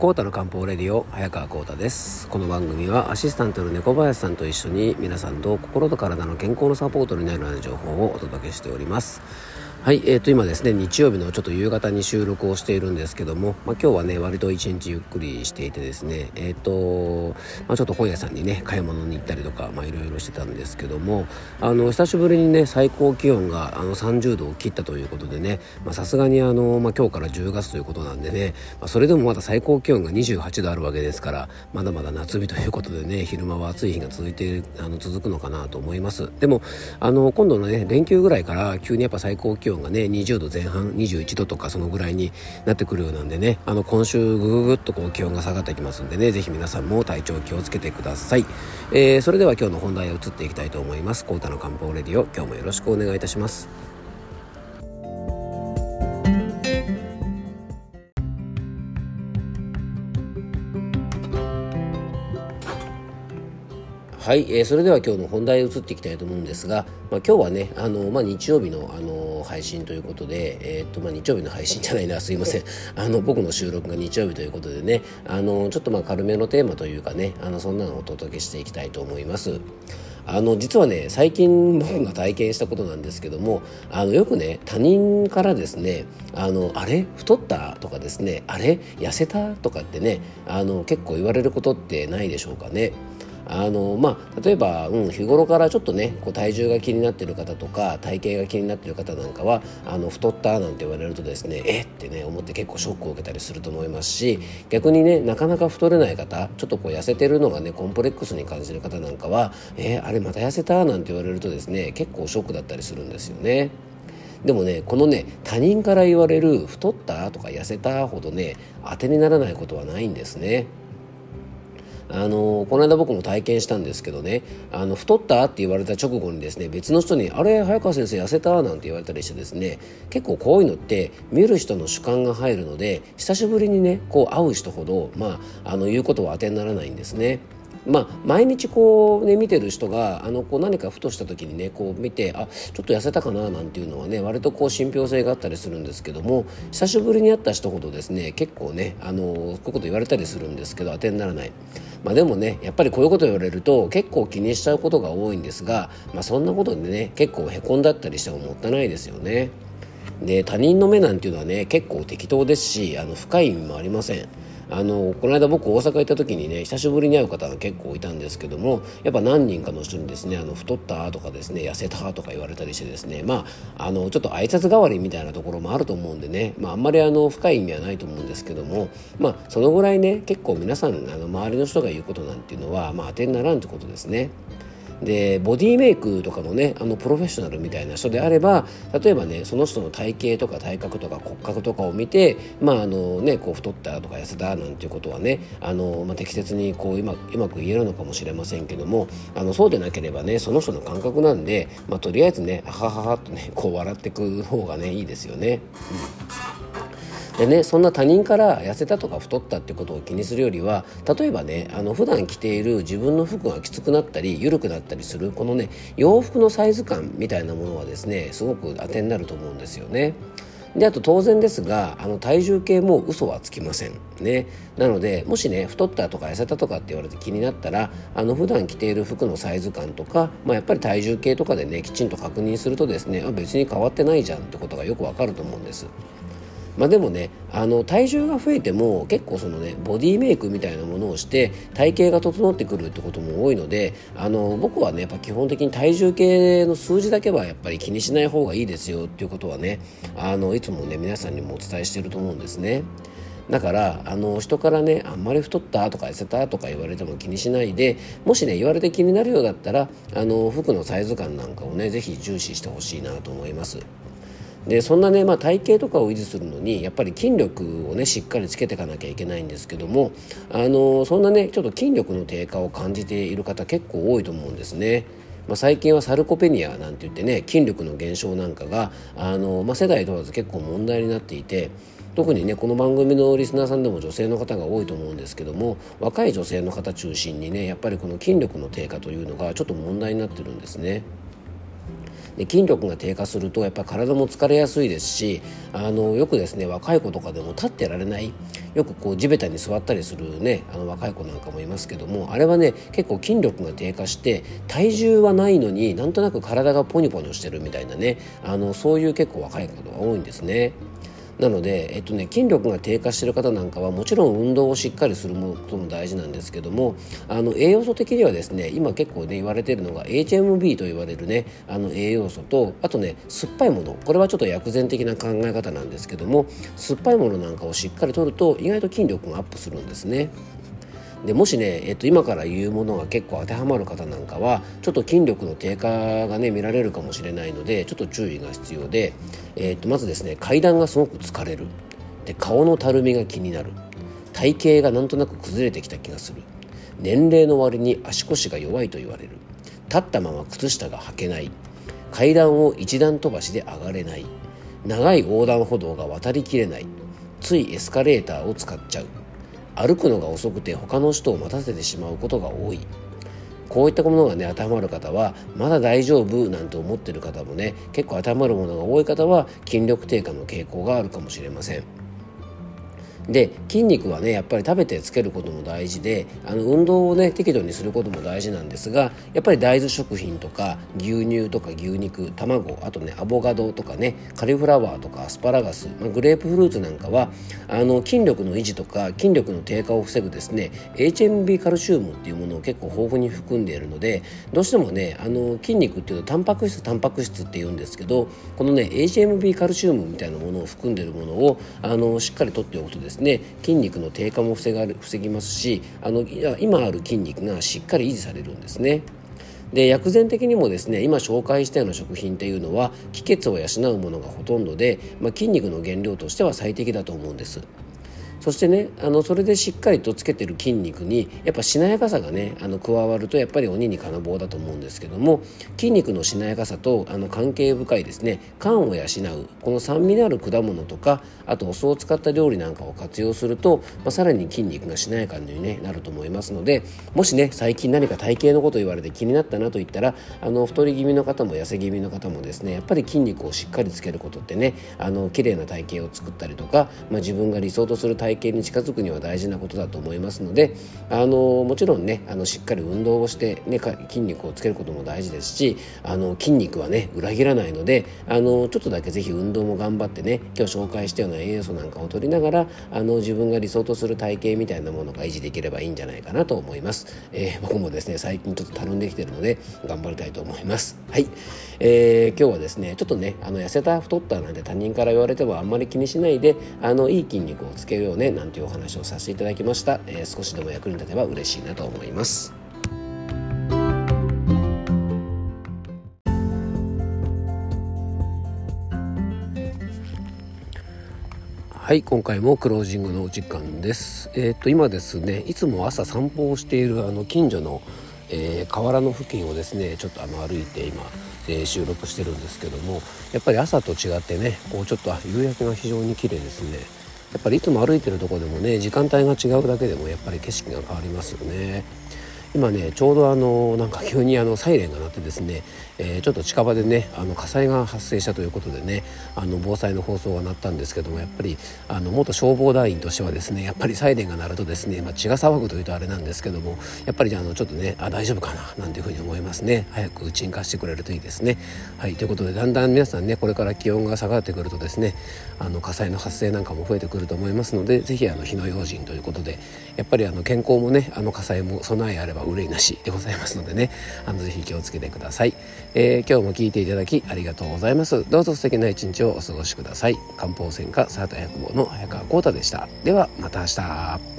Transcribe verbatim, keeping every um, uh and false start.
コータの漢方レディオ、早川コータです。この番組はアシスタントの猫林さんと一緒に皆さんと心と体の健康のサポートになるような情報をお届けしております。はい、えー、と今ですね日曜日のちょっと夕方に収録をしているんですけども、まあ、今日はね割と一日ゆっくりしていてですねえっ、と、まあ、ちょっと本屋さんにね買い物に行ったりとかまあいろいろしてたんですけども、あの久しぶりにね最高気温があのさんじゅうどを切ったということでね、さすがにあの、まあ、今日からじゅうがつということなんでね、まあ、それでもまだ最高気温がにじゅうはちどあるわけですから、まだまだ夏日ということでね、昼間は暑い日が続いてあの続くのかなと思います。でもあの今度のね連休ぐらいから急にやっぱ最高気温がねにじゅうどぜん半、にじゅういちどとかそのぐらいになってくるようなんでね、あの今週ぐぐぐっとこう気温が下がってきますんでね、ぜひ皆さんも体調気をつけてください。えー、それでは今日の本題へ移っていきたいと思います。コータの漢方レディオ、今日もよろしくお願いいたします。はい、えー、それでは今日の本題へ移っていきたいと思うんですが、まあ、今日はねあの、まあ、日曜日の、あの配信ということで、えーっとまあ、日曜日の配信じゃないなすいませんあの僕の収録が日曜日ということでね、あのちょっとまあ軽めのテーマというかね、あのそんなのをお届けしていきたいと思います。あの実はね最近僕が体験したことなんですけども、あのよくね他人からですねあのあれ太ったとかですね、あれ痩せたとかってね、あの結構言われることってないでしょうかね。あのまあ、例えば、うん、日頃からちょっとねこう体重が気になっている方とか体型が気になっている方なんかはあの太ったなんて言われるとですねえってね思って結構ショックを受けたりすると思いますし、逆にねなかなか太れない方、ちょっとこう痩せてるのがねコンプレックスに感じる方なんかはえあれまた痩せたなんて言われるとですね結構ショックだったりするんですよね。でもねこのね他人から言われる太ったとか痩せたほどね当てにならないことはないんですね。あのこの間僕も体験したんですけどね、あの太ったって言われた直後にですね別の人にあれ早川先生痩せたなんて言われたりしてですね、結構こういうのって見る人の主観が入るので、久しぶりにねこう会う人ほど、まあ、あの言うことは当てにならないんですね。まあ、毎日こうね見てる人があのこう何かふとした時にねこう見てあちょっと痩せたかななんていうのはね割とこう信憑性があったりするんですけども、久しぶりに会った人ほどですね結構ねあのこういうこと言われたりするんですけど当てにならない。まあ、でもねやっぱりこういうこと言われると結構気にしちゃうことが多いんですが、まあ、そんなことでね結構へこんだったりしてももったいないですよね。で他人の目なんていうのはね結構適当ですし、あの深い意味もありません。あのこの間僕大阪行った時にね久しぶりに会う方が結構いたんですけども、やっぱ何人かの人にですねあの太ったとかですね痩せたとか言われたりしてですね、まああのちょっと挨拶代わりみたいなところもあると思うんでね、まあ、あんまりあの深い意味はないと思うんですけども、まあそのぐらいね結構皆さんあの周りの人が言うことなんていうのは、まあ、当てにならんってことですね。でボディメイクとかのねあのプロフェッショナルみたいな人であれば、例えばねその人の体型とか体格とか骨格とかを見て、まああのねこう太ったとか痩せたなんていうことはねあの、まあ、適切にこううまうまく言えるのかもしれませんけども、あのそうでなければねその人の感覚なんで、まあ、とりあえずねあはははっとねこう笑ってく方がねいいですよね。うんでね、そんな他人から痩せたとか太ったってことを気にするよりは、例えばねあの普段着ている自分の服がきつくなったり緩くなったりするこのね洋服のサイズ感みたいなものはですねすごく当てになると思うんですよね。であと当然ですがあの体重計も嘘はつきませんね。なのでもしね太ったとか痩せたとかって言われて気になったら、あの普段着ている服のサイズ感とか、まあ、やっぱり体重計とかでねきちんと確認するとですね、あ別に変わってないじゃんってことがよくわかると思うんです。まあ、でもねあの体重が増えても結構そのねボディメイクみたいなものをして体型が整ってくるってことも多いので、あの僕はねやっぱ基本的に体重計の数字だけはやっぱり気にしない方がいいですよっていうことはねあのいつもね皆さんにもお伝えしていると思うんですね。だからあの人からねあんまり太ったとか痩せたとか言われても気にしないで、もしね言われて気になるようだったらあの服のサイズ感なんかをねぜひ重視してほしいなと思います。でそんなね、まあ、体型とかを維持するのにやっぱり筋力をねしっかりつけていかなきゃいけないんですけども、あのそんなねちょっと筋力の低下を感じている方結構多いと思うんですね。まあ、最近はサルコペニアなんて言ってね筋力の減少なんかがあの、まあ、世代問わず結構問題になっていて、特にねこの番組のリスナーさんでも女性の方が多いと思うんですけども、若い女性の方中心にねやっぱりこの筋力の低下というのがちょっと問題になってるんですね。 で筋力が低下するとやっぱり体も疲れやすいですし、あのよくですね若い子とかでも立ってられない、よくこう地べたに座ったりするねあの若い子なんかもいますけども、あれはね結構筋力が低下して体重はないのになんとなく体がポニョポニョしてるみたいなね、あのそういう結構若い方が多いんですね。なので、えっとね、筋力が低下している方なんかはもちろん運動をしっかりすることも大事なんですけども、あの栄養素的にはですね今結構ね言われているのが エイチエムビー と言われるねあの栄養素と、あとね酸っぱいもの、これはちょっと薬膳的な考え方なんですけども、酸っぱいものなんかをしっかりとると意外と筋力がアップするんですね。でもしね、えっと、今から言うものが結構当てはまる方なんかはちょっと筋力の低下がね見られるかもしれないのでちょっと注意が必要で、えっと、まずですね階段がすごく疲れる、で顔のたるみが気になる、体型がなんとなく崩れてきた気がする、年齢の割に足腰が弱いと言われる、立ったまま靴下が履けない、階段を一段飛ばしで上がれない、長い横断歩道が渡りきれない、ついエスカレーターを使っちゃう、歩くのが遅くて他の人を待たせてしまうことが多い。こういったものがね当てはまる方はまだ大丈夫なんて思ってる方もね、結構当てはまるものが多い方は筋力低下の傾向があるかもしれません。で筋肉はねやっぱり食べてつけることも大事で、あの運動をね適度にすることも大事なんですが、やっぱり大豆食品とか牛乳とか牛肉、卵、あとねアボカドとかねカリフラワーとかアスパラガス、まあ、グレープフルーツなんかはあの筋力の維持とか筋力の低下を防ぐですね エイチエムビー カルシウムっていうものを結構豊富に含んでいるので、どうしてもねあの筋肉っていうとタンパク質タンパク質って言うんですけど、このね エイチエムビー カルシウムみたいなものを含んでいるものをあのしっかりとっておくとですねね、筋肉の低下も防が防ぎますし、あの今ある筋肉がしっかり維持されるんですね。で薬膳的にもですね今紹介したような食品っていうのは気血を養うものがほとんどで、まあ、筋肉の原料としては最適だと思うんです。そしてねあのそれでしっかりとつけてる筋肉にやっぱしなやかさがねあの加わるとやっぱり鬼に金棒だと思うんですけども、筋肉のしなやかさとあの関係深いですね肝を養うこの酸味のある果物とか、あとお酢を使った料理なんかを活用すると、まあ、さらに筋肉がしなやかに、ね、なると思いますので、もしね最近何か体型のことを言われて気になったなと言ったら、あの太り気味の方も痩せ気味の方もですねやっぱり筋肉をしっかりつけることってねあの綺麗な体型を作ったりとか、まあ、自分が理想とする体型に近づくには大事なことだと思いますので、あのもちろんねあのしっかり運動をして、ね、筋肉をつけることも大事ですし、あの筋肉はね裏切らないので、あのちょっとだけぜひ運動も頑張ってね今日紹介したような栄養素なんかを取りながらあの自分が理想とする体型みたいなものが維持できればいいんじゃないかなと思います。えー、僕もですね最近ちょっとたるんできてるので頑張りたいと思います。はい、えー、今日はですねちょっとねあの痩せた太ったなんて他人から言われてもあんまり気にしないで、あのいい筋肉をつけようねなんていうお話をさせていただきました。えー、少しでも役に立てば嬉しいなと思います。はい、今回もクロージングのお時間です。えー、と今ですねいつも朝散歩をしているあの近所の、えー、河原の付近をですねちょっとあの歩いて今、えー、収録してるんですけども、やっぱり朝と違ってねこうちょっと夕焼けが非常に綺麗ですね。やっぱりいつも歩いてるところでもね時間帯が違うだけでもやっぱり景色が変わりますよね。今ねちょうどあのなんか急にあのサイレンが鳴ってですね、えー、ちょっと近場でねあの火災が発生したということでねあの防災の放送が鳴ったんですけども、やっぱりあの元消防団員としてはですねやっぱりサイレンが鳴るとですね、まあ、血が騒ぐというとあれなんですけども、やっぱりあのちょっとねあ大丈夫かななんていうふうに思いますね。早く鎮火してくれるといいですね。はい、ということでだんだん皆さんねこれから気温が下がってくるとですねあの火災の発生なんかも増えてくると思いますので、ぜひあの火の用心ということでやっぱりあの健康もねあの火災も備えあれば憂いなしでございますのでね、あのぜひ気をつけてください。えー、今日も聞いていただきありがとうございます。どうぞ素敵な一日をお過ごしください。漢方専科サーター薬房の早川浩太でした。ではまた明日。